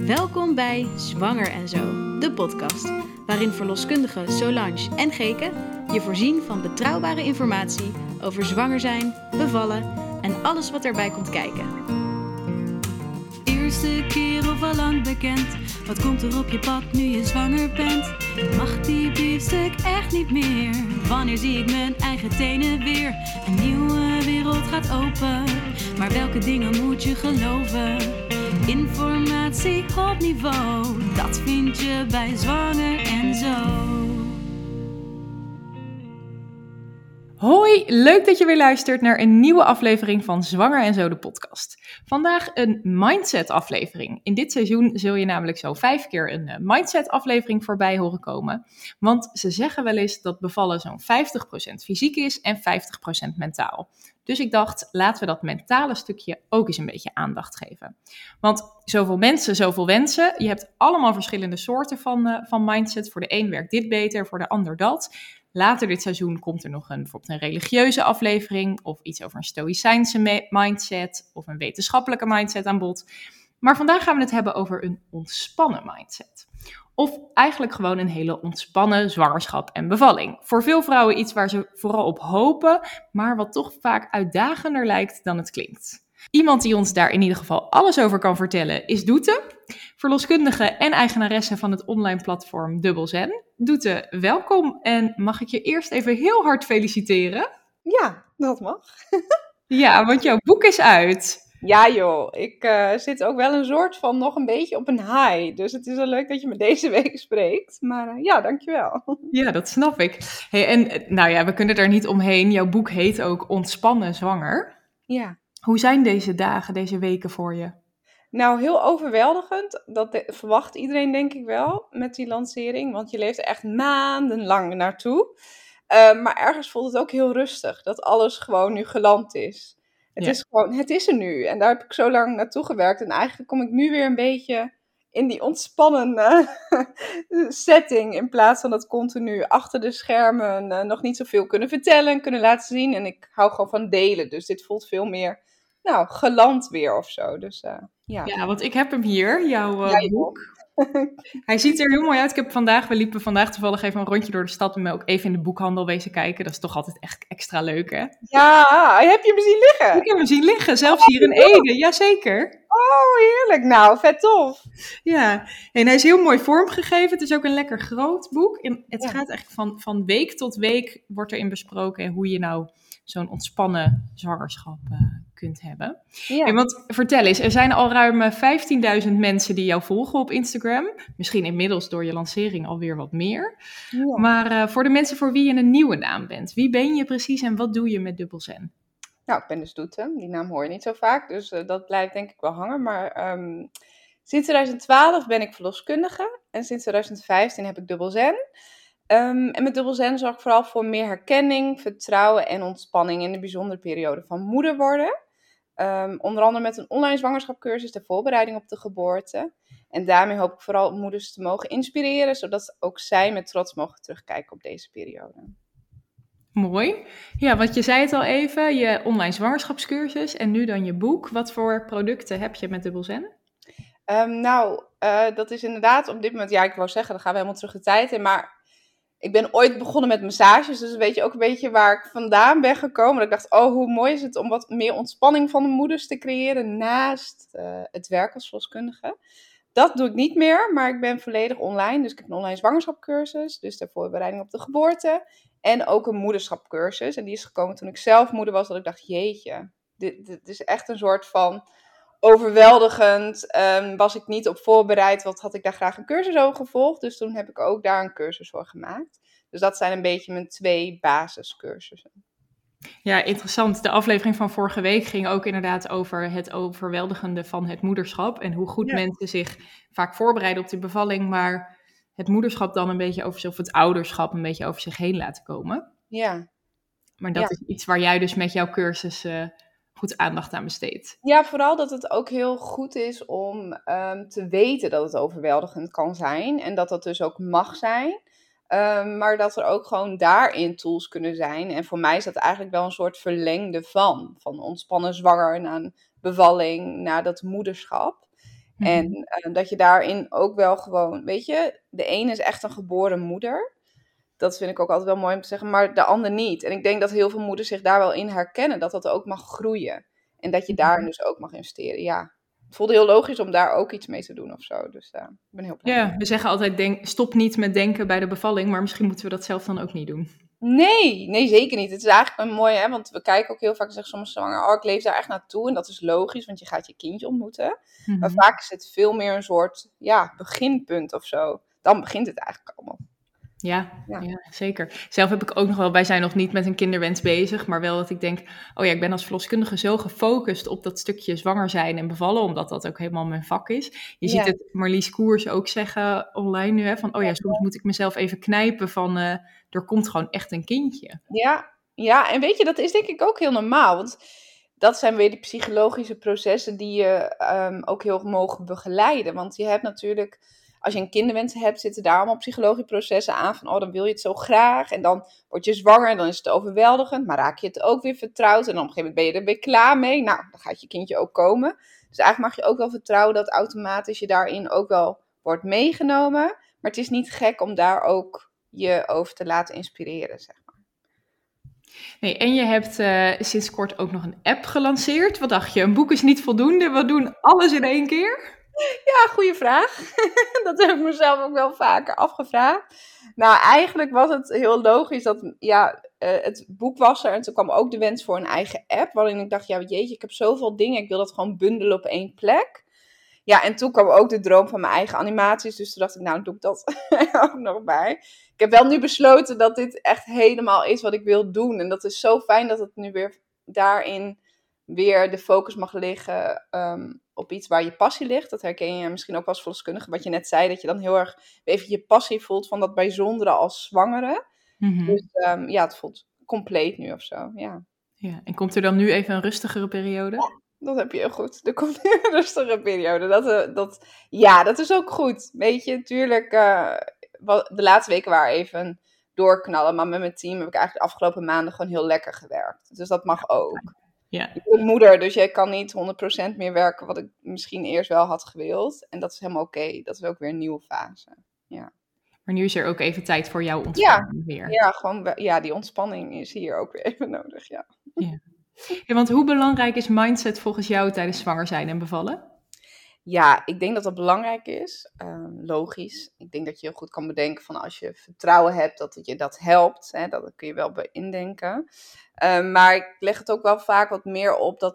Welkom bij Zwanger en Zo, de podcast, waarin verloskundigen Solange en Geke je voorzien van betrouwbare informatie over zwanger zijn, bevallen en alles wat erbij komt kijken. Eerste keer of al lang bekend, wat komt er op je pad nu je zwanger bent? Mag die biefstuk echt niet meer? Wanneer zie ik mijn eigen tenen weer? Een nieuwe wereld gaat open, maar welke dingen moet je geloven? Informatie op niveau, dat vind je bij Zwanger en Zo. Hoi, leuk dat je weer luistert naar een nieuwe aflevering van Zwanger en Zo, de podcast. Vandaag een mindset aflevering. In dit seizoen zul je namelijk zo 5 keer een mindset aflevering voorbij horen komen. Want ze zeggen wel eens dat bevallen zo'n 50% fysiek is en 50% mentaal. Dus ik dacht, laten we dat mentale stukje ook eens een beetje aandacht geven. Want zoveel mensen, zoveel wensen. Je hebt allemaal verschillende soorten van mindset. Voor de een werkt dit beter, voor de ander dat. Later dit seizoen komt er nog bijvoorbeeld een religieuze aflevering of iets over een stoïcijnse mindset of een wetenschappelijke mindset aan bod. Maar vandaag gaan we het hebben over een ontspannen mindset. Of eigenlijk gewoon een hele ontspannen zwangerschap en bevalling. Voor veel vrouwen iets waar ze vooral op hopen, maar wat toch vaak uitdagender lijkt dan het klinkt. Iemand die ons daar in ieder geval alles over kan vertellen is Doete, verloskundige en eigenaresse van het online platform Dubbelzen. Doete, welkom en mag ik je eerst even heel hard feliciteren? Ja, dat mag. Ja, want jouw boek is uit. Ja joh, ik zit ook wel een soort van nog een beetje op een high. Dus het is wel leuk dat je me deze week spreekt. Maar ja, dankjewel. Ja, dat snap ik. Hey, en nou ja, we kunnen er niet omheen. Jouw boek heet ook Ontspannen Zwanger. Ja. Hoe zijn deze dagen, deze weken voor je? Nou, heel overweldigend. Dat verwacht iedereen denk ik wel met die lancering. Want je leeft er echt maandenlang naartoe. Maar ergens voelt het ook heel rustig. Dat alles gewoon nu geland is. Het is gewoon, het is er nu. En daar heb ik zo lang naartoe gewerkt. En eigenlijk kom ik nu weer een beetje in die ontspannen setting. In plaats van dat continu achter de schermen nog niet zoveel kunnen vertellen en kunnen laten zien. En ik hou gewoon van delen. Dus dit voelt veel meer, geland weer of zo. Dus ja. Ja, want ik heb hem hier, jouw boek. Hij ziet er heel mooi uit. We liepen vandaag toevallig even een rondje door de stad en ook even in de boekhandel wezen kijken. Dat is toch altijd echt extra leuk, hè? Ja, heb je hem zien liggen? Ik heb hem zien liggen, zelfs hier in Ede. Jazeker. Oh, heerlijk. Nou, vet tof. Ja, en hij is heel mooi vormgegeven. Het is ook een lekker groot boek. En het gaat eigenlijk van week tot week wordt erin besproken hoe je nou zo'n ontspannen zwangerschap kunt hebben. Ja. En want vertel eens, er zijn al ruim 15.000 mensen die jou volgen op Instagram. Misschien inmiddels door je lancering alweer wat meer. Ja. Maar voor de mensen voor wie je een nieuwe naam bent, wie ben je precies en wat doe je met Dubbelzen? Nou, ik ben dus Doete. Die naam hoor je niet zo vaak, dus dat blijft denk ik wel hangen. Maar sinds 2012 ben ik verloskundige en sinds 2015 heb ik Dubbelzen. En met Dubbelzen zorg ik vooral voor meer herkenning, vertrouwen en ontspanning in de bijzondere periode van moeder worden. Onder andere met een online zwangerschapscursus ter voorbereiding op de geboorte. En daarmee hoop ik vooral moeders te mogen inspireren, zodat ook zij met trots mogen terugkijken op deze periode. Mooi. Ja, want je zei het al even, je online zwangerschapscursus en nu dan je boek. Wat voor producten heb je met Dubbelzen? Dat is inderdaad op dit moment, ja, ik wou zeggen, dan gaan we helemaal terug de tijd in, maar ik ben ooit begonnen met massages, dus weet je ook een beetje waar ik vandaan ben gekomen. Dat ik dacht, oh, hoe mooi is het om wat meer ontspanning van de moeders te creëren naast het werk als verloskundige. Dat doe ik niet meer, maar ik ben volledig online. Dus ik heb een online zwangerschapscursus, dus ter voorbereiding op de geboorte. En ook een moederschapscursus. En die is gekomen toen ik zelf moeder was, dat ik dacht, jeetje, dit is echt een soort van overweldigend. Was ik niet op voorbereid, wat had ik daar graag een cursus over gevolgd. Dus toen heb ik ook daar een cursus voor gemaakt. Dus dat zijn een beetje mijn 2 basiscursussen. Ja, interessant. De aflevering van vorige week ging ook inderdaad over het overweldigende van het moederschap. En hoe goed mensen zich vaak voorbereiden op die bevalling, maar het moederschap dan een beetje over zich, of het ouderschap een beetje over zich heen laten komen. Ja. Maar dat is iets waar jij dus met jouw cursus goed aandacht aan besteedt. Ja, vooral dat het ook heel goed is om te weten dat het overweldigend kan zijn. En dat dat dus ook mag zijn. Maar dat er ook gewoon daarin tools kunnen zijn. En voor mij is dat eigenlijk wel een soort verlengde van ontspannen zwanger naar een bevalling, naar dat moederschap. En dat je daarin ook wel gewoon, weet je, de ene is echt een geboren moeder. Dat vind ik ook altijd wel mooi om te zeggen, maar de ander niet. En ik denk dat heel veel moeders zich daar wel in herkennen, dat dat ook mag groeien. En dat je daar dus ook mag investeren, ja. Het voelde heel logisch om daar ook iets mee te doen of zo. Dus ik ben heel blij. Ja, we zeggen altijd, stop niet met denken bij de bevalling, maar misschien moeten we dat zelf dan ook niet doen. Nee, zeker niet. Het is eigenlijk een mooie, hè, want we kijken ook heel vaak en zeggen soms zwanger, oh, ik leef daar echt naartoe. En dat is logisch, want je gaat je kindje ontmoeten. Maar vaak is het veel meer een soort, beginpunt of zo. Dan begint het eigenlijk allemaal. Ja, zeker. Zelf heb ik ook nog wel, wij zijn nog niet met een kinderwens bezig, maar wel dat ik denk, ik ben als verloskundige zo gefocust op dat stukje zwanger zijn en bevallen, omdat dat ook helemaal mijn vak is. Je ziet het Marlies Koers ook zeggen online nu, hè, van soms moet ik mezelf even knijpen van, er komt gewoon echt een kindje. Ja, en weet je, dat is denk ik ook heel normaal, want dat zijn weer die psychologische processen die je ook heel mogen begeleiden. Want je hebt natuurlijk, als je een kinderwens hebt, zitten daar allemaal psychologische processen aan van, dan wil je het zo graag. En dan word je zwanger en dan is het overweldigend, maar raak je het ook weer vertrouwd. En dan op een gegeven moment ben je er weer klaar mee. Nou, dan gaat je kindje ook komen. Dus eigenlijk mag je ook wel vertrouwen dat automatisch je daarin ook wel wordt meegenomen. Maar het is niet gek om daar ook je over te laten inspireren, zeg maar. Nee, en je hebt sinds kort ook nog een app gelanceerd. Wat dacht je? Een boek is niet voldoende. We doen alles in 1 keer? Ja, goede vraag. Dat heb ik mezelf ook wel vaker afgevraagd. Nou, eigenlijk was het heel logisch dat, het boek was er. En toen kwam ook de wens voor een eigen app. Waarin ik dacht, jeetje, ik heb zoveel dingen. Ik wil dat gewoon bundelen op 1 plek. Ja, en toen kwam ook de droom van mijn eigen animaties. Dus toen dacht ik, dan doe ik dat ook nog bij. Ik heb wel nu besloten dat dit echt helemaal is wat ik wil doen. En dat is zo fijn dat het nu weer daarin weer de focus mag liggen op iets waar je passie ligt. Dat herken je misschien ook als verloskundige. Wat je net zei, dat je dan heel erg even je passie voelt van dat bijzondere als zwangere. Dus het voelt compleet nu of zo, ja. Ja, en komt er dan nu even een rustigere periode? Dat heb je heel goed. Er komt nu een rustige periode. Dat is ook goed. Weet je, natuurlijk, de laatste weken waren even doorknallen. Maar met mijn team heb ik eigenlijk de afgelopen maanden gewoon heel lekker gewerkt. Dus dat mag ook. Ja. Ik ben moeder, dus jij kan niet 100% meer werken wat ik misschien eerst wel had gewild. En dat is helemaal oké. Dat is ook weer een nieuwe fase. Ja. Maar nu is er ook even tijd voor jouw ontspanning weer. Ja, die ontspanning is hier ook weer even nodig, ja. Ja, want hoe belangrijk is mindset volgens jou tijdens zwanger zijn en bevallen? Ja, ik denk dat dat belangrijk is. Logisch. Ik denk dat je heel goed kan bedenken van als je vertrouwen hebt dat het je dat helpt. Hè, dat kun je wel bij indenken. Maar ik leg het ook wel vaak wat meer op dat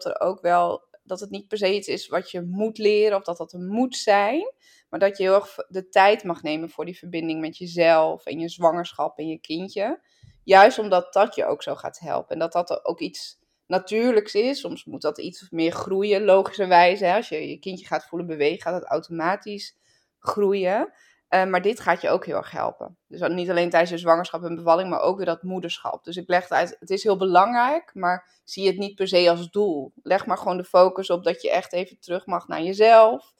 het niet per se iets is wat je moet leren of dat dat een moet zijn. Maar dat je heel erg de tijd mag nemen voor die verbinding met jezelf en je zwangerschap en je kindje. Juist omdat dat je ook zo gaat helpen. En dat dat ook iets natuurlijks is. Soms moet dat iets meer groeien, logischerwijze. Hè? Als je je kindje gaat voelen bewegen, gaat het automatisch groeien. Maar dit gaat je ook heel erg helpen. Dus niet alleen tijdens je zwangerschap en bevalling, maar ook weer dat moederschap. Dus ik leg het uit, het is heel belangrijk, maar zie het niet per se als doel. Leg maar gewoon de focus op dat je echt even terug mag naar jezelf.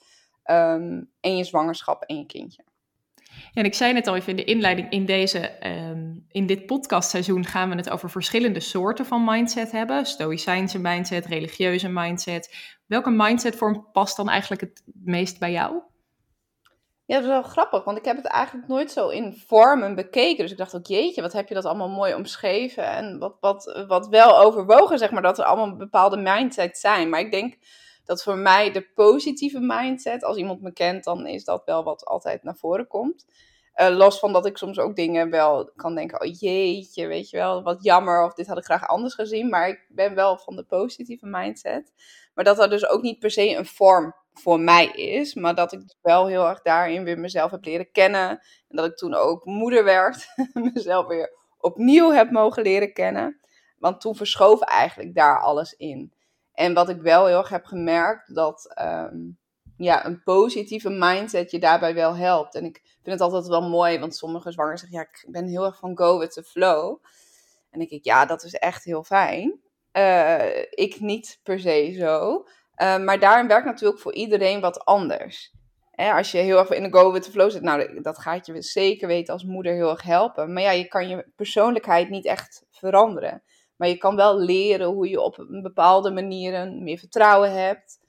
En je zwangerschap en je kindje. Ja, en ik zei net al even in de inleiding, in dit podcastseizoen gaan we het over verschillende soorten van mindset hebben. Stoïcijnse mindset, religieuze mindset. Welke mindsetvorm past dan eigenlijk het meest bij jou? Ja, dat is wel grappig, want ik heb het eigenlijk nooit zo in vormen bekeken. Dus ik dacht ook, jeetje, wat heb je dat allemaal mooi omschreven. En wat wel overwogen, zeg maar, dat er allemaal bepaalde mindsets zijn. Maar ik denk dat voor mij de positieve mindset, als iemand me kent, dan is dat wel wat altijd naar voren komt. Los van dat ik soms ook dingen wel kan denken, oh jeetje, weet je wel, wat jammer, of dit had ik graag anders gezien. Maar ik ben wel van de positieve mindset. Maar dat er dus ook niet per se een vorm voor mij is, maar dat ik dus wel heel erg daarin weer mezelf heb leren kennen. En dat ik toen ook moeder werd, mezelf weer opnieuw heb mogen leren kennen. Want toen verschoof eigenlijk daar alles in. En wat ik wel heel erg heb gemerkt, dat een positieve mindset je daarbij wel helpt. En ik vind het altijd wel mooi, want sommige zwangeren zeggen, ik ben heel erg van go with the flow. En dan denk ik, dat is echt heel fijn. Ik niet per se zo. Maar daarin werkt natuurlijk voor iedereen wat anders. Als je heel erg in de go with the flow zit, nou, dat gaat je zeker weten als moeder heel erg helpen. Maar je kan je persoonlijkheid niet echt veranderen. Maar je kan wel leren hoe je op een bepaalde manieren meer vertrouwen hebt.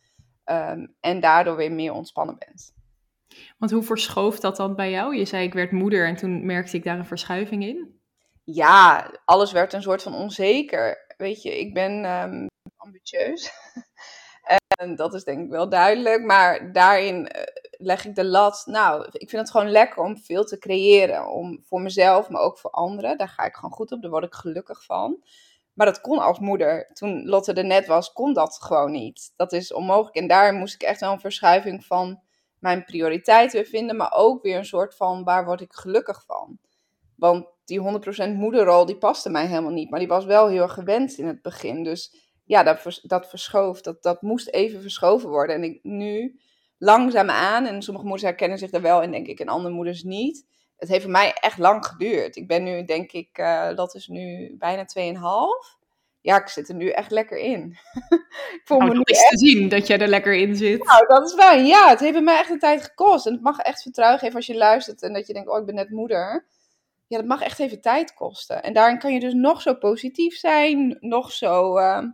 En daardoor weer meer ontspannen bent. Want hoe verschoof dat dan bij jou? Je zei ik werd moeder en toen merkte ik daar een verschuiving in. Ja, alles werd een soort van onzeker. Weet je, ik ben ambitieus. En dat is denk ik wel duidelijk. Maar daarin leg ik de lat. Nou, ik vind het gewoon lekker om veel te creëren. Voor mezelf, maar ook voor anderen. Daar ga ik gewoon goed op. Daar word ik gelukkig van. Maar dat kon als moeder. Toen Lotte er net was, kon dat gewoon niet. Dat is onmogelijk. En daar moest ik echt wel een verschuiving van mijn prioriteiten weer vinden. Maar ook weer een soort van, waar word ik gelukkig van? Want die 100% moederrol, die paste mij helemaal niet. Maar die was wel heel erg gewenst in het begin. Dus ja, dat verschoof. Dat moest even verschoven worden. En nu langzaamaan, en sommige moeders herkennen zich daar wel in, denk ik, en andere moeders niet. Het heeft voor mij echt lang geduurd. Ik ben nu, denk ik, dat is nu bijna 2,5. Ja, ik zit er nu echt lekker in. Ik voel me nu Dat is te zien dat jij er lekker in zit. Nou, dat is fijn. Ja, het heeft mij echt een tijd gekost. En het mag echt vertrouwen geven als je luistert en dat je denkt, oh, ik ben net moeder. Ja, dat mag echt even tijd kosten. En daarin kan je dus nog zo positief zijn, nog zo...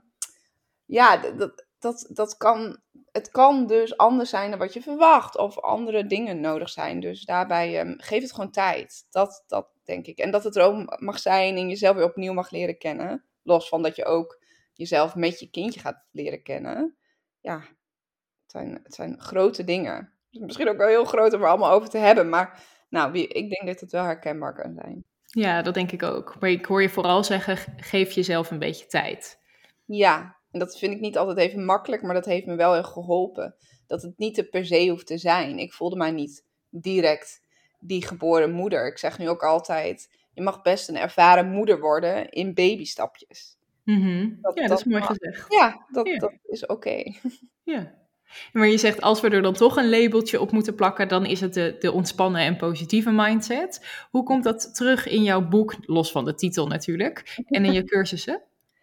ja, dat kan... Het kan dus anders zijn dan wat je verwacht. Of andere dingen nodig zijn. Dus daarbij geef het gewoon tijd. Dat denk ik. En dat het er ook mag zijn en jezelf weer opnieuw mag leren kennen. Los van dat je ook jezelf met je kindje gaat leren kennen. Ja, het zijn grote dingen. Misschien ook wel heel groot om er allemaal over te hebben. Maar nou, ik denk dat het wel herkenbaar kan zijn. Ja, dat denk ik ook. Maar ik hoor je vooral zeggen, geef jezelf een beetje tijd. Ja, en dat vind ik niet altijd even makkelijk, maar dat heeft me wel heel geholpen. Dat het niet er per se hoeft te zijn. Ik voelde mij niet direct die geboren moeder. Ik zeg nu ook altijd, je mag best een ervaren moeder worden in babystapjes. Mm-hmm. Dat is mooi gezegd. Ja, dat is oké. Ja. Maar je zegt, als we er dan toch een labeltje op moeten plakken, dan is het de ontspannen en positieve mindset. Hoe komt dat terug in jouw boek, los van de titel natuurlijk, en in je cursussen?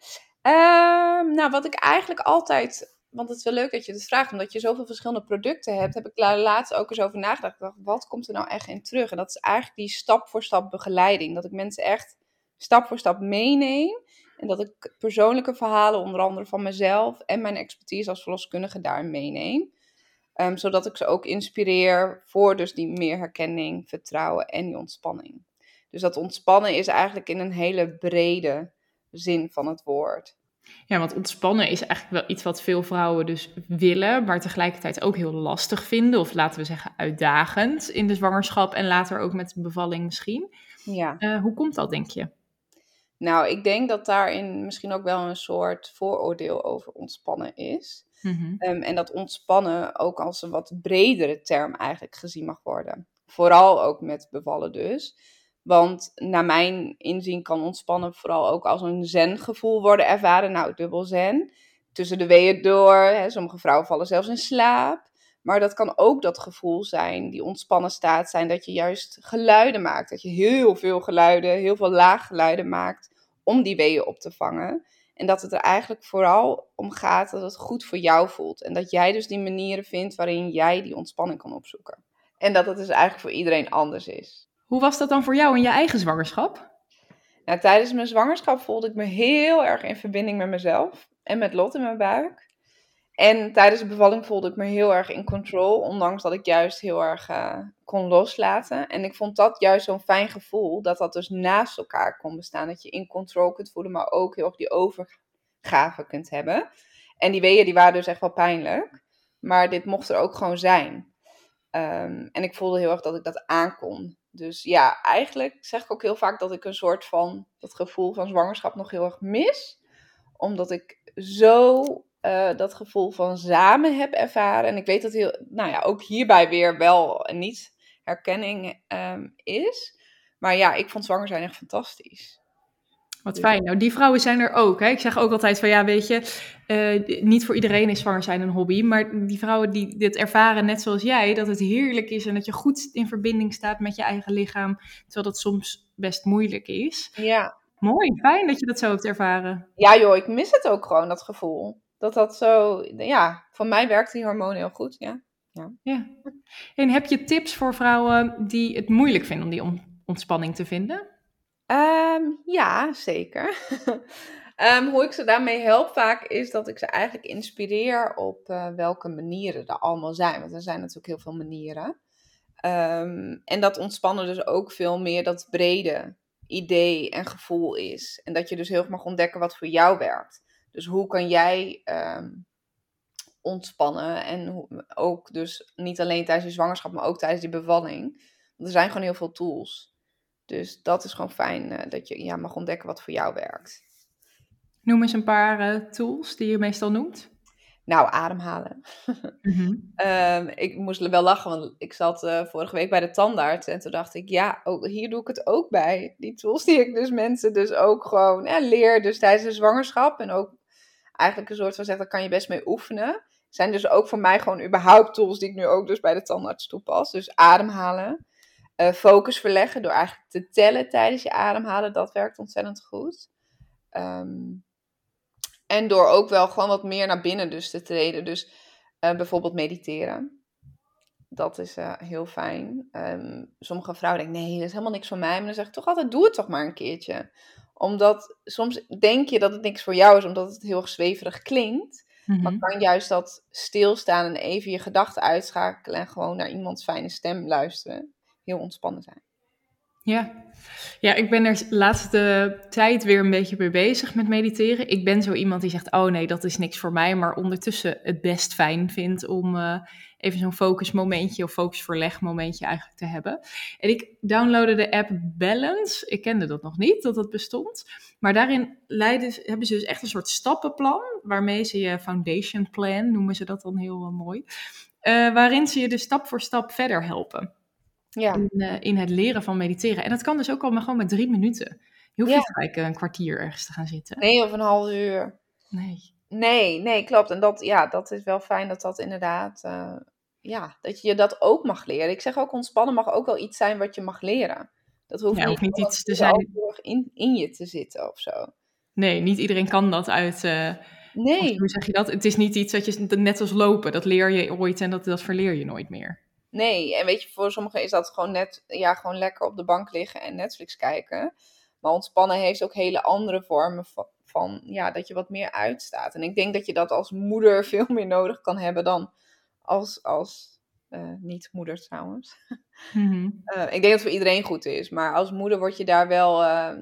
Nou, wat ik eigenlijk altijd, want het is wel leuk dat je het vraagt, omdat je zoveel verschillende producten hebt, heb ik daar laatst ook eens over nagedacht. Ik dacht, wat komt er nou echt in terug? En dat is eigenlijk die stap voor stap begeleiding. Dat ik mensen echt stap voor stap meeneem. En dat ik persoonlijke verhalen, onder andere van mezelf en mijn expertise als verloskundige, daarin meeneem. Zodat ik ze ook inspireer voor dus die meer herkenning, vertrouwen en die ontspanning. Dus dat ontspannen is eigenlijk in een hele brede zin van het woord. Ja, want ontspannen is eigenlijk wel iets wat veel vrouwen dus willen, maar tegelijkertijd ook heel lastig vinden, of laten we zeggen uitdagend in de zwangerschap en later ook met de bevalling misschien. Ja. Hoe komt dat, denk je? Nou, ik denk dat daarin misschien ook wel een soort vooroordeel over ontspannen is. Mm-hmm. En dat ontspannen ook als een wat bredere term eigenlijk gezien mag worden. Vooral ook met bevallen dus. Want naar mijn inzien kan ontspannen vooral ook als een zen-gevoel worden ervaren. Nou, dubbel zen. Tussen de weeën door. Hè, sommige vrouwen vallen zelfs in slaap. Maar dat kan ook dat gevoel zijn, die ontspannen staat zijn, dat je juist geluiden maakt. Dat je heel veel geluiden, heel veel laaggeluiden maakt om die weeën op te vangen. En dat het er eigenlijk vooral om gaat dat het goed voor jou voelt. En dat jij dus die manieren vindt waarin jij die ontspanning kan opzoeken. En dat het dus eigenlijk voor iedereen anders is. Hoe was dat dan voor jou in je eigen zwangerschap? Nou, tijdens mijn zwangerschap voelde ik me heel erg in verbinding met mezelf. En met Lot in mijn buik. En tijdens de bevalling voelde ik me heel erg in control. Ondanks dat ik juist heel erg kon loslaten. En ik vond dat juist zo'n fijn gevoel. Dat dus naast elkaar kon bestaan. Dat je in control kunt voelen. Maar ook heel erg die overgave kunt hebben. En die weeën die waren dus echt wel pijnlijk. Maar dit mocht er ook gewoon zijn. En ik voelde heel erg dat ik dat aankon. Dus ja, eigenlijk zeg ik ook heel vaak dat ik een soort van dat gevoel van zwangerschap nog heel erg mis. Omdat ik zo dat gevoel van samen heb ervaren. En ik weet dat ook hierbij weer wel niet herkenning is. Maar ja, ik vond zwanger zijn echt fantastisch. Wat fijn. Nou, die vrouwen zijn er ook. Hè? Ik zeg ook altijd van, ja, weet je, niet voor iedereen is zwanger zijn een hobby. Maar die vrouwen die dit ervaren, net zoals jij, dat het heerlijk is en dat je goed in verbinding staat met je eigen lichaam. Terwijl dat soms best moeilijk is. Ja. Mooi, fijn dat je dat zo hebt ervaren. Ja joh, ik mis het ook gewoon, dat gevoel. Dat zo, ja, voor mij werkt die hormoon heel goed, ja. En heb je tips voor vrouwen die het moeilijk vinden om die ontspanning te vinden? Ja, zeker. Hoe ik ze daarmee help vaak is dat ik ze eigenlijk inspireer op welke manieren er allemaal zijn. Want er zijn natuurlijk heel veel manieren. En dat ontspannen dus ook veel meer dat brede idee en gevoel is. En dat je dus heel erg mag ontdekken wat voor jou werkt. Dus hoe kan jij ontspannen en ook dus niet alleen tijdens je zwangerschap, maar ook tijdens die bevalling. Want er zijn gewoon heel veel tools. Dus dat is gewoon fijn dat je mag ontdekken wat voor jou werkt. Noem eens een paar tools die je meestal noemt. Nou, ademhalen. Ik moest wel lachen, want ik zat vorige week bij de tandarts. En toen dacht ik, hier doe ik het ook bij. Die tools die ik dus mensen dus ook gewoon leer. Dus tijdens de zwangerschap. En ook eigenlijk een soort van zeg, daar kan je best mee oefenen. Zijn dus ook voor mij gewoon überhaupt tools die ik nu ook dus bij de tandarts toepas. Dus ademhalen. Focus verleggen door eigenlijk te tellen tijdens je ademhalen. Dat werkt ontzettend goed. En door ook wel gewoon wat meer naar binnen dus te treden. Dus bijvoorbeeld mediteren. Dat is heel fijn. Sommige vrouwen denken, nee, dat is helemaal niks voor mij. Maar dan zeg ik toch altijd, doe het toch maar een keertje. Omdat soms denk je dat het niks voor jou is, omdat het heel erg zweverig klinkt. Maar kan juist dat stilstaan en even je gedachten uitschakelen en gewoon naar iemands fijne stem luisteren. Heel ontspannen zijn. Ja, ik ben er de laatste tijd weer een beetje mee bezig met mediteren. Ik ben zo iemand die zegt, oh nee, dat is niks voor mij. Maar ondertussen het best fijn vindt om even zo'n focusmomentje of focusverlegmomentje eigenlijk te hebben. En ik downloadde de app Balance. Ik kende dat nog niet, dat bestond. Maar daarin hebben ze dus echt een soort stappenplan. Waarmee ze je foundation plan, noemen ze dat dan heel mooi. Waarin ze je dus stap voor stap verder helpen. Ja. In het leren van mediteren. En dat kan dus ook al maar gewoon met 3 minuten. Je hoeft niet gelijk een kwartier ergens te gaan zitten. Nee, of een half uur. Nee, klopt. En dat is wel fijn dat dat inderdaad... dat je dat ook mag leren. Ik zeg ook, ontspannen mag ook wel iets zijn wat je mag leren. Dat hoeft niet iets te zijn in je te zitten of zo. Nee, niet iedereen kan dat uit... Nee. Hoe zeg je dat? Het is niet iets dat je net als lopen. Dat leer je ooit en dat verleer je nooit meer. Nee, en weet je, voor sommigen is dat gewoon gewoon lekker op de bank liggen en Netflix kijken. Maar ontspannen heeft ook hele andere vormen van dat je wat meer uitstaat. En ik denk dat je dat als moeder veel meer nodig kan hebben dan als niet-moeder trouwens. Ik denk dat het voor iedereen goed is. Maar als moeder word je daar wel,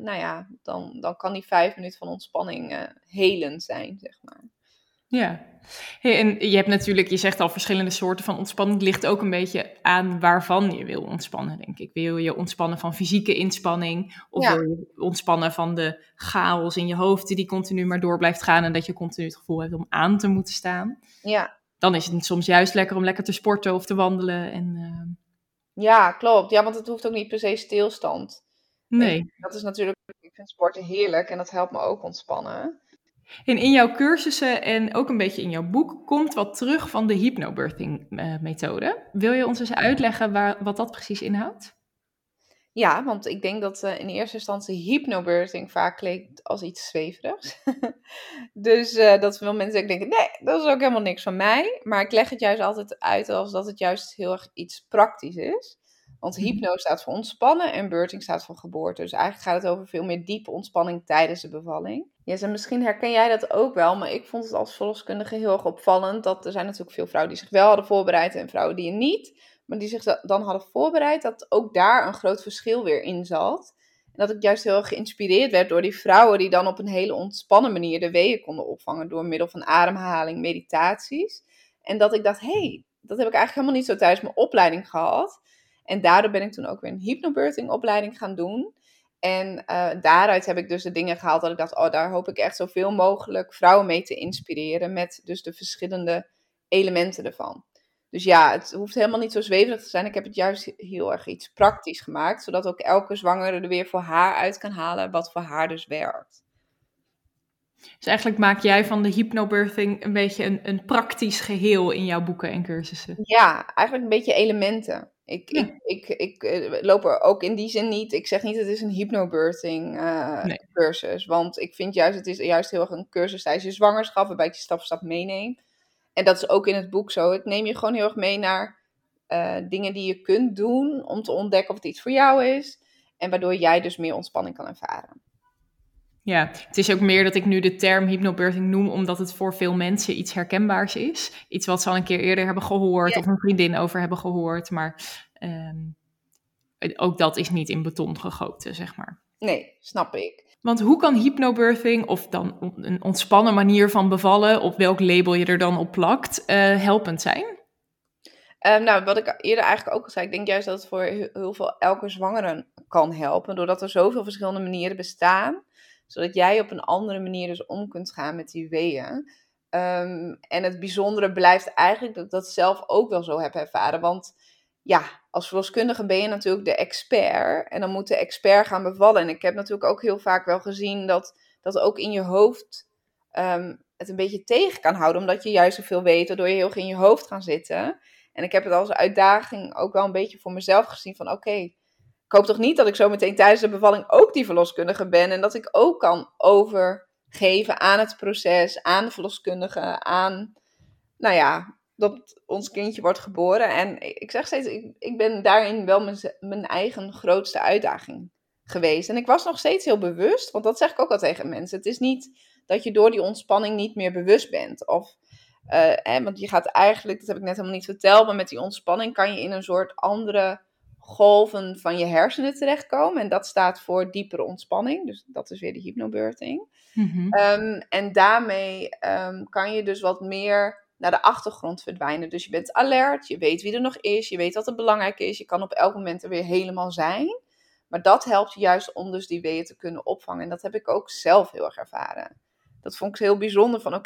dan kan die 5 minuten van ontspanning helend zijn, zeg maar. Ja, en je hebt natuurlijk, je zegt al verschillende soorten van ontspanning. Het ligt ook een beetje aan waarvan je wil ontspannen, denk ik. Wil je ontspannen van fysieke inspanning? Of wil je ontspannen van de chaos in je hoofd die continu maar door blijft gaan en dat je continu het gevoel hebt om aan te moeten staan? Ja. Dan is het soms juist lekker om lekker te sporten of te wandelen. Ja, klopt. Ja, want het hoeft ook niet per se stilstand. Nee. Dat is natuurlijk, ik vind sporten heerlijk en dat helpt me ook ontspannen. En in jouw cursussen en ook een beetje in jouw boek komt wat terug van de hypnobirthing methode. Wil je ons eens uitleggen wat dat precies inhoudt? Ja, want ik denk dat in eerste instantie hypnobirthing vaak klinkt als iets zweverigs. Dus dat veel mensen ook denken, nee, dat is ook helemaal niks van mij. Maar ik leg het juist altijd uit als dat het juist heel erg iets praktisch is. Want hypno staat voor ontspannen en birthing staat voor geboorte. Dus eigenlijk gaat het over veel meer diepe ontspanning tijdens de bevalling. Ja, en misschien herken jij dat ook wel, maar ik vond het als verloskundige heel erg opvallend. Dat er zijn natuurlijk veel vrouwen die zich wel hadden voorbereid en vrouwen die niet. Maar die zich dan hadden voorbereid, dat ook daar een groot verschil weer in zat. En dat ik juist heel erg geïnspireerd werd door die vrouwen die dan op een hele ontspannen manier de weeën konden opvangen. Door middel van ademhaling, meditaties. En dat ik dacht, dat heb ik eigenlijk helemaal niet zo tijdens mijn opleiding gehad. En daardoor ben ik toen ook weer een hypnobirthing opleiding gaan doen. En daaruit heb ik dus de dingen gehaald dat ik dacht, daar hoop ik echt zoveel mogelijk vrouwen mee te inspireren. Met dus de verschillende elementen ervan. Dus ja, het hoeft helemaal niet zo zweverig te zijn. Ik heb het juist heel erg iets praktisch gemaakt. Zodat ook elke zwangere er weer voor haar uit kan halen wat voor haar dus werkt. Dus eigenlijk maak jij van de hypnobirthing een beetje een praktisch geheel in jouw boeken en cursussen. Ja, eigenlijk een beetje elementen. Ik loop er ook in die zin niet. Ik zeg niet het is een hypnobirthing cursus. Want ik vind juist, het is juist heel erg een cursus tijdens je zwangerschap. Waarbij ik je stap voor stap meeneem. En dat is ook in het boek zo. Ik neem je gewoon heel erg mee naar dingen die je kunt doen. Om te ontdekken of het iets voor jou is. En waardoor jij dus meer ontspanning kan ervaren. Ja, het is ook meer dat ik nu de term hypnobirthing noem, omdat het voor veel mensen iets herkenbaars is. Iets wat ze al een keer eerder hebben gehoord of een vriendin over hebben gehoord. Maar ook dat is niet in beton gegoten, zeg maar. Nee, snap ik. Want hoe kan hypnobirthing, of dan een ontspannen manier van bevallen, op welk label je er dan op plakt, helpend zijn? Wat ik eerder eigenlijk ook al zei, ik denk juist dat het voor heel veel elke zwangere kan helpen. Doordat er zoveel verschillende manieren bestaan, zodat jij op een andere manier dus om kunt gaan met die weeën. En het bijzondere blijft eigenlijk dat ik dat zelf ook wel zo heb ervaren. Want ja, als verloskundige ben je natuurlijk de expert. En dan moet de expert gaan bevallen. En ik heb natuurlijk ook heel vaak wel gezien dat ook in je hoofd het een beetje tegen kan houden. Omdat je juist zoveel weet, waardoor je heel erg in je hoofd gaan zitten. En ik heb het als uitdaging ook wel een beetje voor mezelf gezien van oké, ik hoop toch niet dat ik zo meteen tijdens de bevalling ook die verloskundige ben. En dat ik ook kan overgeven aan het proces, aan de verloskundige, aan, dat ons kindje wordt geboren. En ik zeg steeds, ik ben daarin wel mijn eigen grootste uitdaging geweest. En ik was nog steeds heel bewust, want dat zeg ik ook al tegen mensen. Het is niet dat je door die ontspanning niet meer bewust bent. Want je gaat eigenlijk, dat heb ik net helemaal niet verteld, maar met die ontspanning kan je in een soort andere golven van je hersenen terechtkomen. En dat staat voor diepere ontspanning. Dus dat is weer de hypnobirthing. Mm-hmm. En daarmee kan je dus wat meer naar de achtergrond verdwijnen. Dus je bent alert, je weet wie er nog is, je weet wat er belangrijk is. Je kan op elk moment er weer helemaal zijn. Maar dat helpt je juist om dus die weeën te kunnen opvangen. En dat heb ik ook zelf heel erg ervaren. Dat vond ik heel bijzonder van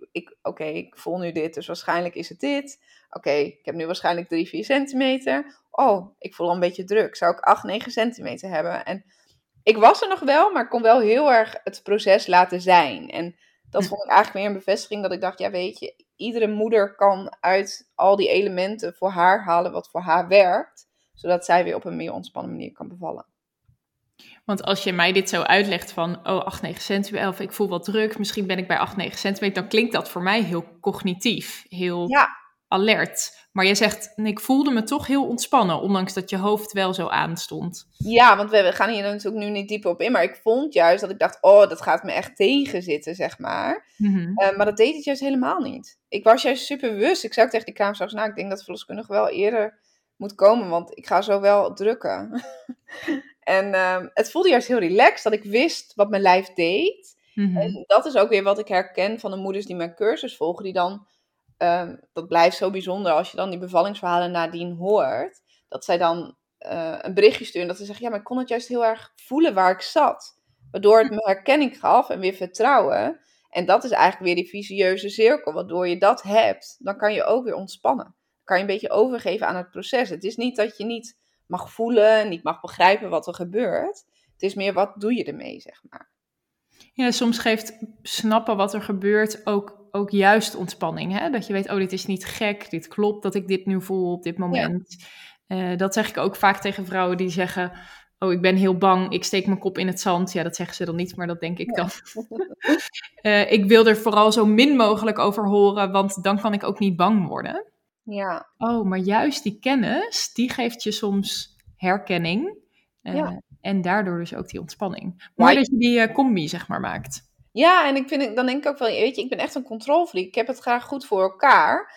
ik voel nu dit, dus waarschijnlijk is het dit. Oké, ik heb nu waarschijnlijk 3-4 centimeter. Oh, ik voel al een beetje druk. Zou ik 8-9 centimeter hebben? En ik was er nog wel, maar ik kon wel heel erg het proces laten zijn. En dat vond ik eigenlijk weer een bevestiging dat ik dacht, ja weet je, iedere moeder kan uit al die elementen voor haar halen wat voor haar werkt. Zodat zij weer op een meer ontspannen manier kan bevallen. Want als je mij dit zo uitlegt van, 8-9 centimeter, of ik voel wat druk, misschien ben ik bij 8-9 centimeter, dan klinkt dat voor mij heel cognitief, heel alert. Maar jij zegt, ik voelde me toch heel ontspannen, ondanks dat je hoofd wel zo aanstond. Ja, want we gaan hier natuurlijk nu niet dieper op in, maar ik vond juist dat ik dacht, dat gaat me echt tegenzitten, zeg maar. Mm-hmm. Maar dat deed het juist helemaal niet. Ik was juist super bewust. Ik zei ook tegen die kraamzorg, ik denk dat de verloskundige wel eerder moet komen, want ik ga zo wel drukken. En het voelde juist heel relaxed, dat ik wist wat mijn lijf deed. Mm-hmm. En dat is ook weer wat ik herken van de moeders die mijn cursus volgen, die dan, dat blijft zo bijzonder als je dan die bevallingsverhalen nadien hoort, dat zij dan een berichtje sturen, dat ze zeggen, ja, maar ik kon het juist heel erg voelen waar ik zat. Waardoor het me herkenning gaf en weer vertrouwen. En dat is eigenlijk weer die vicieuze cirkel. Waardoor je dat hebt, dan kan je ook weer ontspannen. Dan kan je een beetje overgeven aan het proces. Het is niet dat je niet mag voelen, niet mag begrijpen wat er gebeurt. Het is meer, wat doe je ermee, zeg maar. Ja, soms geeft snappen wat er gebeurt ook juist ontspanning. Hè? Dat je weet, dit is niet gek, dit klopt dat ik dit nu voel op dit moment. Ja. Dat zeg ik ook vaak tegen vrouwen die zeggen, ik ben heel bang, ik steek mijn kop in het zand. Ja, dat zeggen ze dan niet, maar dat denk ik dan. Ik wil er vooral zo min mogelijk over horen, want dan kan ik ook niet bang worden. Ja. Maar juist die kennis, die geeft je soms herkenning. En daardoor dus ook die ontspanning. Mooi dat je die combi, zeg maar, maakt. Ja, en dan denk ik ook wel, weet je, ik ben echt een controlfreak. Ik heb het graag goed voor elkaar.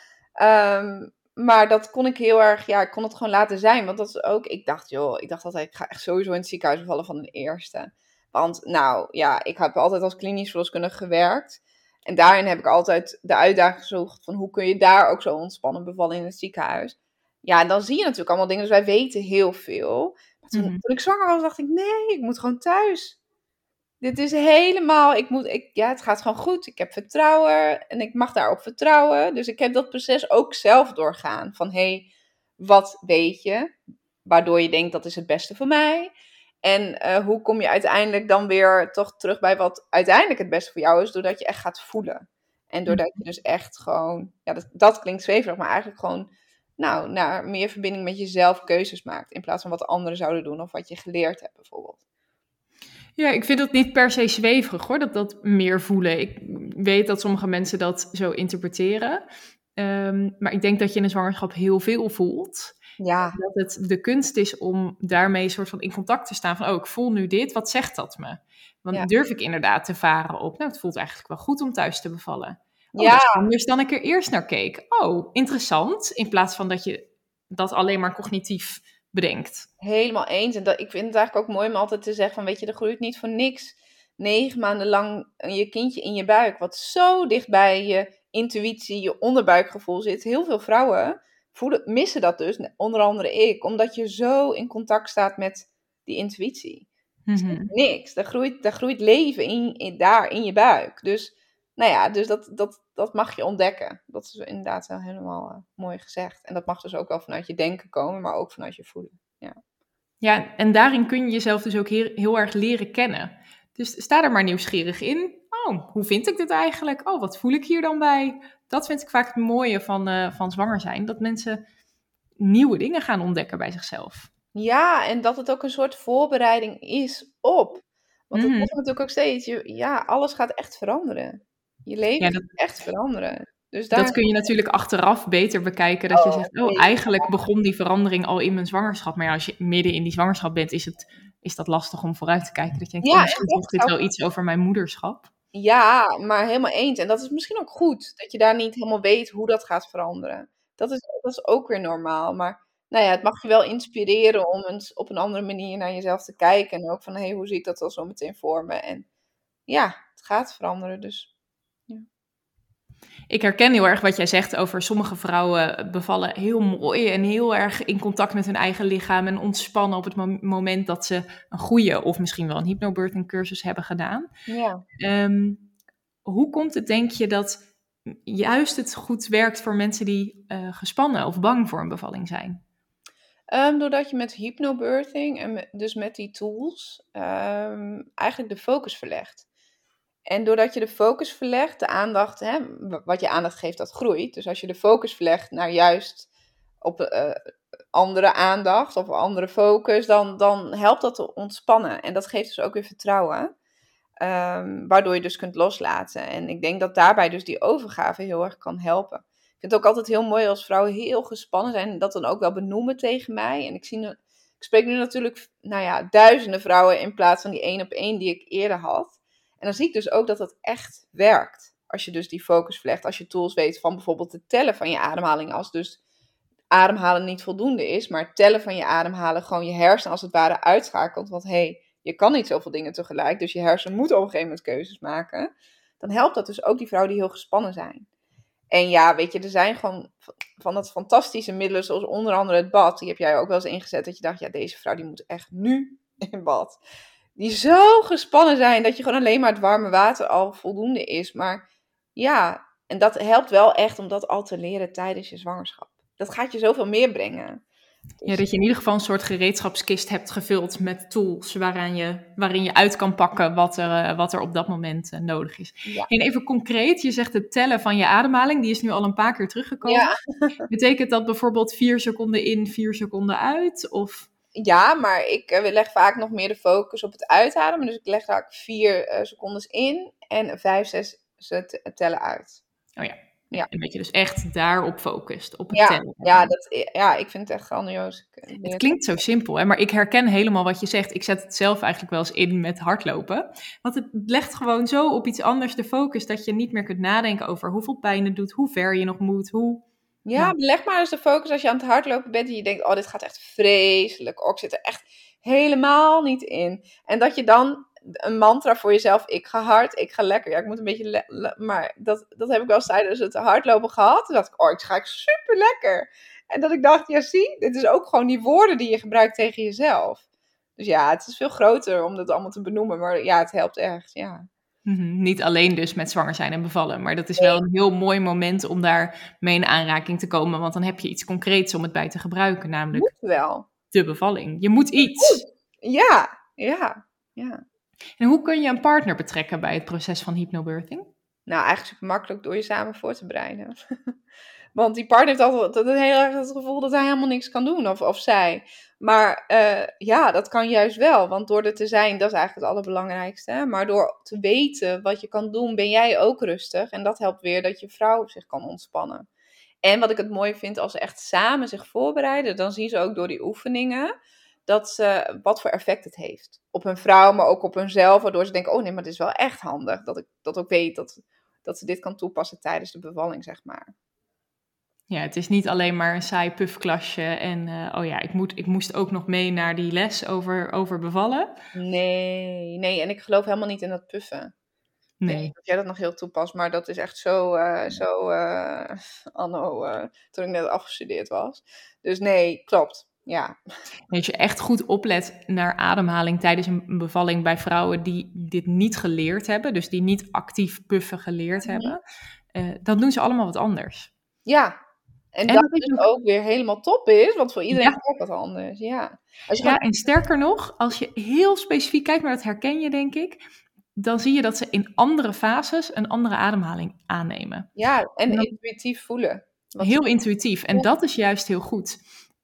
Maar dat kon ik heel erg, ik kon het gewoon laten zijn. Want dat is ook, ik dacht altijd, ik ga echt sowieso in het ziekenhuis bevallen van de eerste. Want ik heb altijd als klinisch verloskundige gewerkt. En daarin heb ik altijd de uitdaging gezocht van hoe kun je daar ook zo ontspannen bevallen in het ziekenhuis. Ja, en dan zie je natuurlijk allemaal dingen, dus wij weten heel veel. Maar toen ik zwanger was, dacht ik, nee, ik moet gewoon thuis. Dit is helemaal, het gaat gewoon goed. Ik heb vertrouwen en ik mag daarop vertrouwen. Dus ik heb dat proces ook zelf doorgaan. Van, wat weet je? Waardoor je denkt, dat is het beste voor mij. En hoe kom je uiteindelijk dan weer toch terug bij wat uiteindelijk het beste voor jou is? Doordat je echt gaat voelen. En doordat je dus echt gewoon, dat klinkt zweverig, maar eigenlijk gewoon, naar meer verbinding met jezelf keuzes maakt. In plaats van wat anderen zouden doen of wat je geleerd hebt bijvoorbeeld. Ja, ik vind dat niet per se zweverig hoor, dat meer voelen. Ik weet dat sommige mensen dat zo interpreteren. Maar ik denk dat je in een zwangerschap heel veel voelt. Ja, Dat het de kunst is om daarmee een soort van in contact te staan van, ik voel nu dit, wat zegt dat me? Want Ja. durf ik inderdaad te varen op, het voelt eigenlijk wel goed om thuis te bevallen. Dat ja, is anders dan ik er eerst naar keek. Interessant, in plaats van dat je dat alleen maar cognitief bedenkt. helemaal eens. En ik vind het eigenlijk ook mooi om altijd te zeggen van, weet je, er groeit niet voor niks 9 maanden lang je kindje in je buik, wat zo dicht bij je intuïtie, je onderbuikgevoel zit. Heel veel vrouwen missen dat dus, onder andere ik, omdat je zo in contact staat met die intuïtie. Mhm. Niks. Daar groeit leven daar in je buik. Dus, nou ja, dus dat mag je ontdekken. Dat is inderdaad wel helemaal mooi gezegd. En dat mag dus ook wel vanuit je denken komen, maar ook vanuit je voelen. Ja. Ja, en daarin kun je jezelf dus ook heel erg leren kennen. Dus sta er maar nieuwsgierig in. Hoe vind ik dit eigenlijk? Wat voel ik hier dan bij? Dat vind ik vaak het mooie van zwanger zijn. Dat mensen nieuwe dingen gaan ontdekken bij zichzelf. Ja, en dat het ook een soort voorbereiding is op. Want dat is natuurlijk ook steeds, alles gaat echt veranderen. Je leven gaat echt veranderen. Dus dat kun je natuurlijk achteraf beter bekijken. Dat je zegt, eigenlijk begon die verandering al in mijn zwangerschap. Maar ja, als je midden in die zwangerschap bent, is dat lastig om vooruit te kijken. Dat je denkt, misschien zegt dit wel iets over mijn moederschap. Ja, maar helemaal eens. En dat is misschien ook goed. Dat je daar niet helemaal weet hoe dat gaat veranderen. Dat is ook weer normaal. Maar nou ja, het mag je wel inspireren om eens op een andere manier naar jezelf te kijken. En ook van, hoe zie ik dat al zo meteen voor me? En ja, het gaat veranderen. Dus ja. Ik herken heel erg wat jij zegt over sommige vrouwen bevallen heel mooi en heel erg in contact met hun eigen lichaam en ontspannen op het moment dat ze een goede of misschien wel een hypnobirthing cursus hebben gedaan. Ja. Hoe komt het, denk je, dat juist het goed werkt voor mensen die gespannen of bang voor een bevalling zijn? Doordat je met hypnobirthing en dus met die tools eigenlijk de focus verlegt. En doordat je de focus verlegt, de aandacht, wat je aandacht geeft, dat groeit. Dus als je de focus verlegt naar juist op andere aandacht of andere focus, dan helpt dat te ontspannen. En dat geeft dus ook weer vertrouwen, waardoor je dus kunt loslaten. En ik denk dat daarbij dus die overgave heel erg kan helpen. Ik vind het ook altijd heel mooi als vrouwen heel gespannen zijn en dat dan ook wel benoemen tegen mij. En ik spreek nu natuurlijk, duizenden vrouwen in plaats van die 1 op 1 die ik eerder had. En dan zie ik dus ook dat dat echt werkt. Als je dus die focus verlegt, als je tools weet van bijvoorbeeld het tellen van je ademhaling. Als dus ademhalen niet voldoende is, maar het tellen van je ademhalen gewoon je hersenen als het ware uitschakelt. Want je kan niet zoveel dingen tegelijk, dus je hersenen moeten op een gegeven moment keuzes maken. Dan helpt dat dus ook die vrouwen die heel gespannen zijn. En ja, weet je, er zijn gewoon van dat fantastische middelen, zoals onder andere het bad. Die heb jij ook wel eens ingezet, dat je dacht, deze vrouw die moet echt nu in bad. Die zo gespannen zijn, dat je gewoon alleen maar het warme water al voldoende is. Maar ja, en dat helpt wel echt om dat al te leren tijdens je zwangerschap. Dat gaat je zoveel meer brengen. Ja, dat je in ieder geval een soort gereedschapskist hebt gevuld met tools waarin je uit kan pakken wat er op dat moment nodig is. Ja. En even concreet, je zegt het tellen van je ademhaling, die is nu al een paar keer teruggekomen. Ja. Betekent dat bijvoorbeeld 4 seconden in, 4 seconden uit? Of... Ja, maar ik leg vaak nog meer de focus op het uitademen. Dus ik leg vaak 4 secondes in en 5, 6 tellen uit. Oh ja. Ja. En dat je dus echt daarop focust, op het tellen. Ja, ik vind het echt grandioos. Het klinkt zo simpel, hè? Maar ik herken helemaal wat je zegt. Ik zet het zelf eigenlijk wel eens in met hardlopen. Want het legt gewoon zo op iets anders de focus, dat je niet meer kunt nadenken over hoeveel pijn het doet, hoe ver je nog moet, Ja, leg maar eens de focus als je aan het hardlopen bent en je denkt, dit gaat echt vreselijk. Ik zit er echt helemaal niet in. En dat je dan een mantra voor jezelf, ik ga hard, ik ga lekker. Ja, ik moet een beetje, maar dat heb ik wel eens tijdens het hardlopen gehad. Toen dacht ik, ik ga super lekker. En dat ik dacht, zie, dit is ook gewoon die woorden die je gebruikt tegen jezelf. Dus ja, het is veel groter om dat allemaal te benoemen, maar ja, het helpt echt, ja. Niet alleen dus met zwanger zijn en bevallen, maar dat is wel een heel mooi moment om daar mee in aanraking te komen, want dan heb je iets concreets om het bij te gebruiken, namelijk de bevalling. Je moet iets. Ja. En hoe kun je een partner betrekken bij het proces van hypnobirthing? Nou, eigenlijk super makkelijk door je samen voor te bereiden. Want die partner heeft altijd heel erg het gevoel dat hij helemaal niks kan doen, of zij. Maar dat kan juist wel, want door er te zijn, dat is eigenlijk het allerbelangrijkste. Hè? Maar door te weten wat je kan doen, ben jij ook rustig. En dat helpt weer dat je vrouw zich kan ontspannen. En wat ik het mooi vind, als ze echt samen zich voorbereiden, dan zien ze ook door die oefeningen wat voor effect het heeft. Op hun vrouw, maar ook op hunzelf, waardoor ze denken, oh nee, maar het is wel echt handig. Dat ik dat ook weet, dat ze dit kan toepassen tijdens de bevalling, zeg maar. Ja, het is niet alleen maar een saai pufklasje en ik moest ook nog mee naar die les over bevallen. Nee, en ik geloof helemaal niet in dat puffen. Ik weet niet of jij dat nog heel toepast, maar dat is echt zo toen ik net afgestudeerd was. Dus nee, klopt. Ja. Als je echt goed oplet naar ademhaling tijdens een bevalling bij vrouwen die dit niet geleerd hebben, dus die niet actief puffen geleerd hebben, dan doen ze allemaal wat anders. Ja, en dat is ook weer helemaal top is, want voor iedereen is ook wat anders. Ja. En sterker nog, als je heel specifiek kijkt, maar dat herken je denk ik, dan zie je dat ze in andere fases een andere ademhaling aannemen. Ja, en intuïtief voelen. Heel intuïtief. En dat is juist heel goed.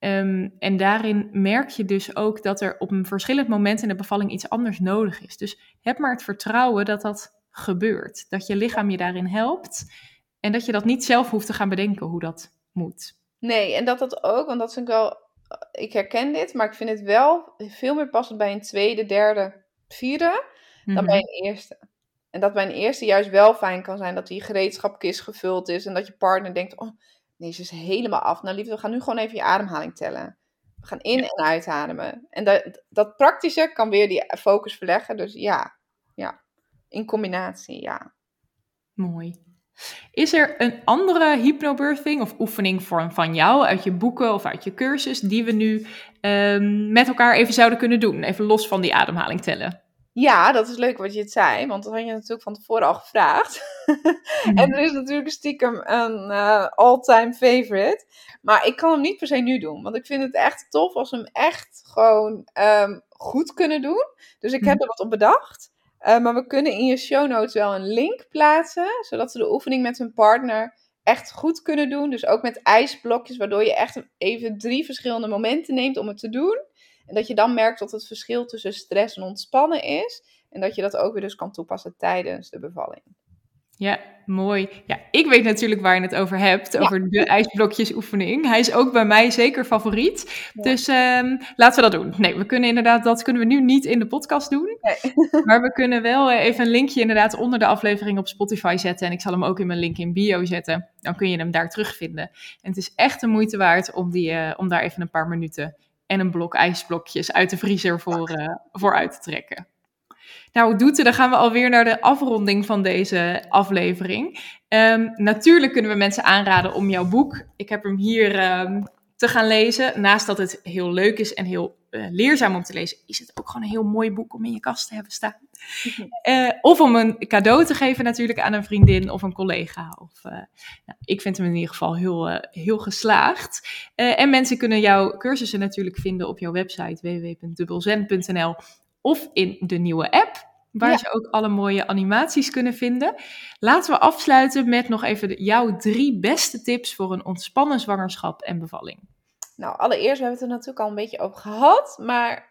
En daarin merk je dus ook dat er op een verschillend moment in de bevalling iets anders nodig is. Dus heb maar het vertrouwen dat dat gebeurt. Dat je lichaam je daarin helpt. En dat je dat niet zelf hoeft te gaan bedenken hoe dat moet. Nee, en dat ook, want dat vind ik wel... Ik herken dit, maar ik vind het wel veel meer passend bij een tweede, derde, vierde dan bij een eerste. En dat bij een eerste juist wel fijn kan zijn dat die gereedschapkist gevuld is. En dat je partner denkt, oh nee, ze is helemaal af. Nou liefde, we gaan nu gewoon even je ademhaling tellen. We gaan in- en uitademen. En dat praktische kan weer die focus verleggen. Dus ja, in combinatie, ja. Mooi. Is er een andere hypnobirthing of oefening van jou uit je boeken of uit je cursus die we nu met elkaar even zouden kunnen doen? Even los van die ademhaling tellen. Ja, dat is leuk wat je het zei, want dat had je natuurlijk van tevoren al gevraagd. En er is natuurlijk stiekem een all-time favorite. Maar ik kan hem niet per se nu doen, want ik vind het echt tof als we hem echt gewoon goed kunnen doen. Dus ik heb er wat op bedacht. Maar we kunnen in je show notes wel een link plaatsen, zodat ze de oefening met hun partner echt goed kunnen doen. Dus ook met ijsblokjes, waardoor je echt even 3 verschillende momenten neemt om het te doen. En dat je dan merkt dat het verschil tussen stress en ontspannen is. En dat je dat ook weer dus kan toepassen tijdens de bevalling. Ja, mooi. Ja, ik weet natuurlijk waar je het over hebt, over de ijsblokjesoefening. Hij is ook bij mij zeker favoriet. Ja. Dus laten we dat doen. Nee, dat kunnen we nu niet in de podcast doen. Nee. Maar we kunnen wel even een linkje inderdaad onder de aflevering op Spotify zetten. En ik zal hem ook in mijn link in bio zetten. Dan kun je hem daar terugvinden. En het is echt de moeite waard om daar even een paar minuten en een blok ijsblokjes uit de vriezer voor uit te trekken. Nou, Doete, dan gaan we alweer naar de afronding van deze aflevering. Natuurlijk kunnen we mensen aanraden om jouw boek, ik heb hem hier te gaan lezen. Naast dat het heel leuk is en heel leerzaam om te lezen, is het ook gewoon een heel mooi boek om in je kast te hebben staan. Of om een cadeau te geven natuurlijk aan een vriendin of een collega. Ik vind hem in ieder geval heel geslaagd. En mensen kunnen jouw cursussen natuurlijk vinden op jouw website www.dubbelzen.nl of in de nieuwe app, waar ze ook alle mooie animaties kunnen vinden. Laten we afsluiten met nog even jouw 3 beste tips voor een ontspannen zwangerschap en bevalling. Nou, allereerst, we hebben het er natuurlijk al een beetje over gehad, maar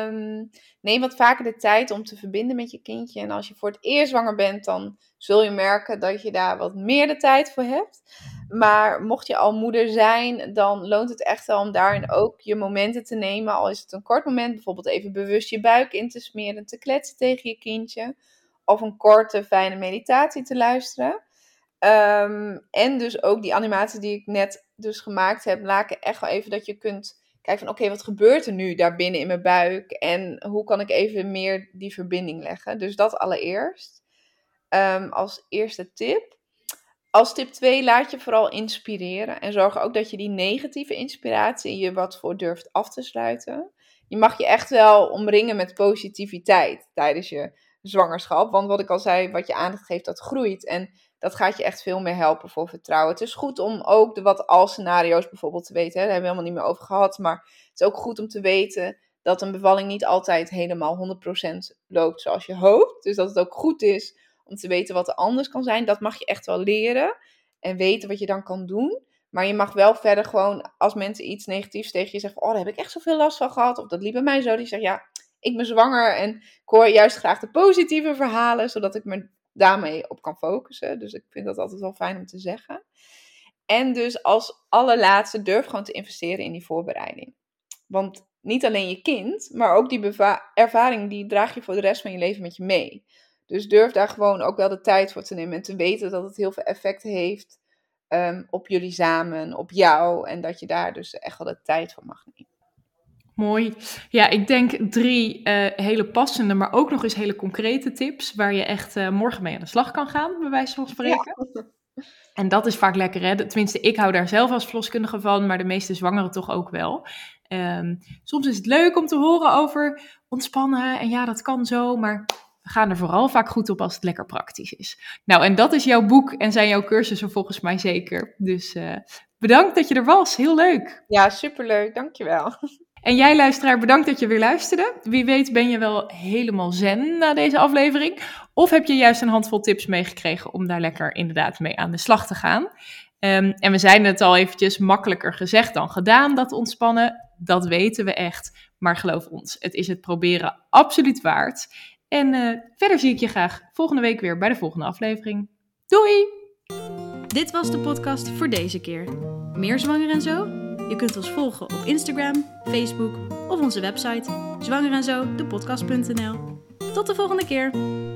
neem wat vaker de tijd om te verbinden met je kindje. En als je voor het eerst zwanger bent, dan zul je merken dat je daar wat meer de tijd voor hebt. Maar mocht je al moeder zijn, dan loont het echt wel om daarin ook je momenten te nemen. Al is het een kort moment, bijvoorbeeld even bewust je buik in te smeren, te kletsen tegen je kindje. Of een korte, fijne meditatie te luisteren. En dus ook die animatie die ik net dus gemaakt heb, laten echt wel even dat je kunt kijken van oké, wat gebeurt er nu daar binnen in mijn buik? En hoe kan ik even meer die verbinding leggen? Dus dat allereerst. Als eerste tip. Als tip 2, laat je vooral inspireren. En zorg ook dat je die negatieve inspiratie je wat voor durft af te sluiten. Je mag je echt wel omringen met positiviteit tijdens je zwangerschap. Want wat ik al zei, wat je aandacht geeft, dat groeit. En dat gaat je echt veel meer helpen voor vertrouwen. Het is goed om ook de wat als-scenario's bijvoorbeeld te weten. Hè? Daar hebben we helemaal niet meer over gehad. Maar het is ook goed om te weten dat een bevalling niet altijd helemaal 100% loopt zoals je hoopt. Dus dat het ook goed is om te weten wat er anders kan zijn. Dat mag je echt wel leren. En weten wat je dan kan doen. Maar je mag wel verder gewoon, als mensen iets negatiefs tegen je zeggen. Oh, daar heb ik echt zoveel last van gehad. Of dat liep bij mij zo. Die zegt, ja, ik ben zwanger. En ik hoor juist graag de positieve verhalen. Zodat ik me daarmee op kan focussen. Dus ik vind dat altijd wel fijn om te zeggen. En dus als allerlaatste durf gewoon te investeren in die voorbereiding. Want niet alleen je kind, maar ook die ervaring die draag je voor de rest van je leven met je mee. Dus durf daar gewoon ook wel de tijd voor te nemen en te weten dat het heel veel effect heeft op jullie samen, op jou. En dat je daar dus echt wel de tijd voor mag nemen. Mooi. Ja, ik denk 3 hele passende, maar ook nog eens hele concrete tips waar je echt morgen mee aan de slag kan gaan, bij wijze van spreken. Ja. En dat is vaak lekker, hè? Tenminste, ik hou daar zelf als verloskundige van, maar de meeste zwangeren toch ook wel. Soms is het leuk om te horen over ontspannen en ja, dat kan zo, maar we gaan er vooral vaak goed op als het lekker praktisch is. Nou, en dat is jouw boek en zijn jouw cursussen volgens mij zeker. Dus bedankt dat je er was. Heel leuk. Ja, superleuk. Dankjewel. En jij luisteraar, bedankt dat je weer luisterde. Wie weet ben je wel helemaal zen na deze aflevering. Of heb je juist een handvol tips meegekregen om daar lekker inderdaad mee aan de slag te gaan. En we zijn het al eventjes makkelijker gezegd dan gedaan, dat ontspannen. Dat weten we echt. Maar geloof ons, het is het proberen absoluut waard. En verder zie ik je graag volgende week weer bij de volgende aflevering. Doei! Dit was de podcast voor deze keer. Meer Zwanger en Zo? Je kunt ons volgen op Instagram, Facebook of onze website zwangerenzo.depodcast.nl. Tot de volgende keer!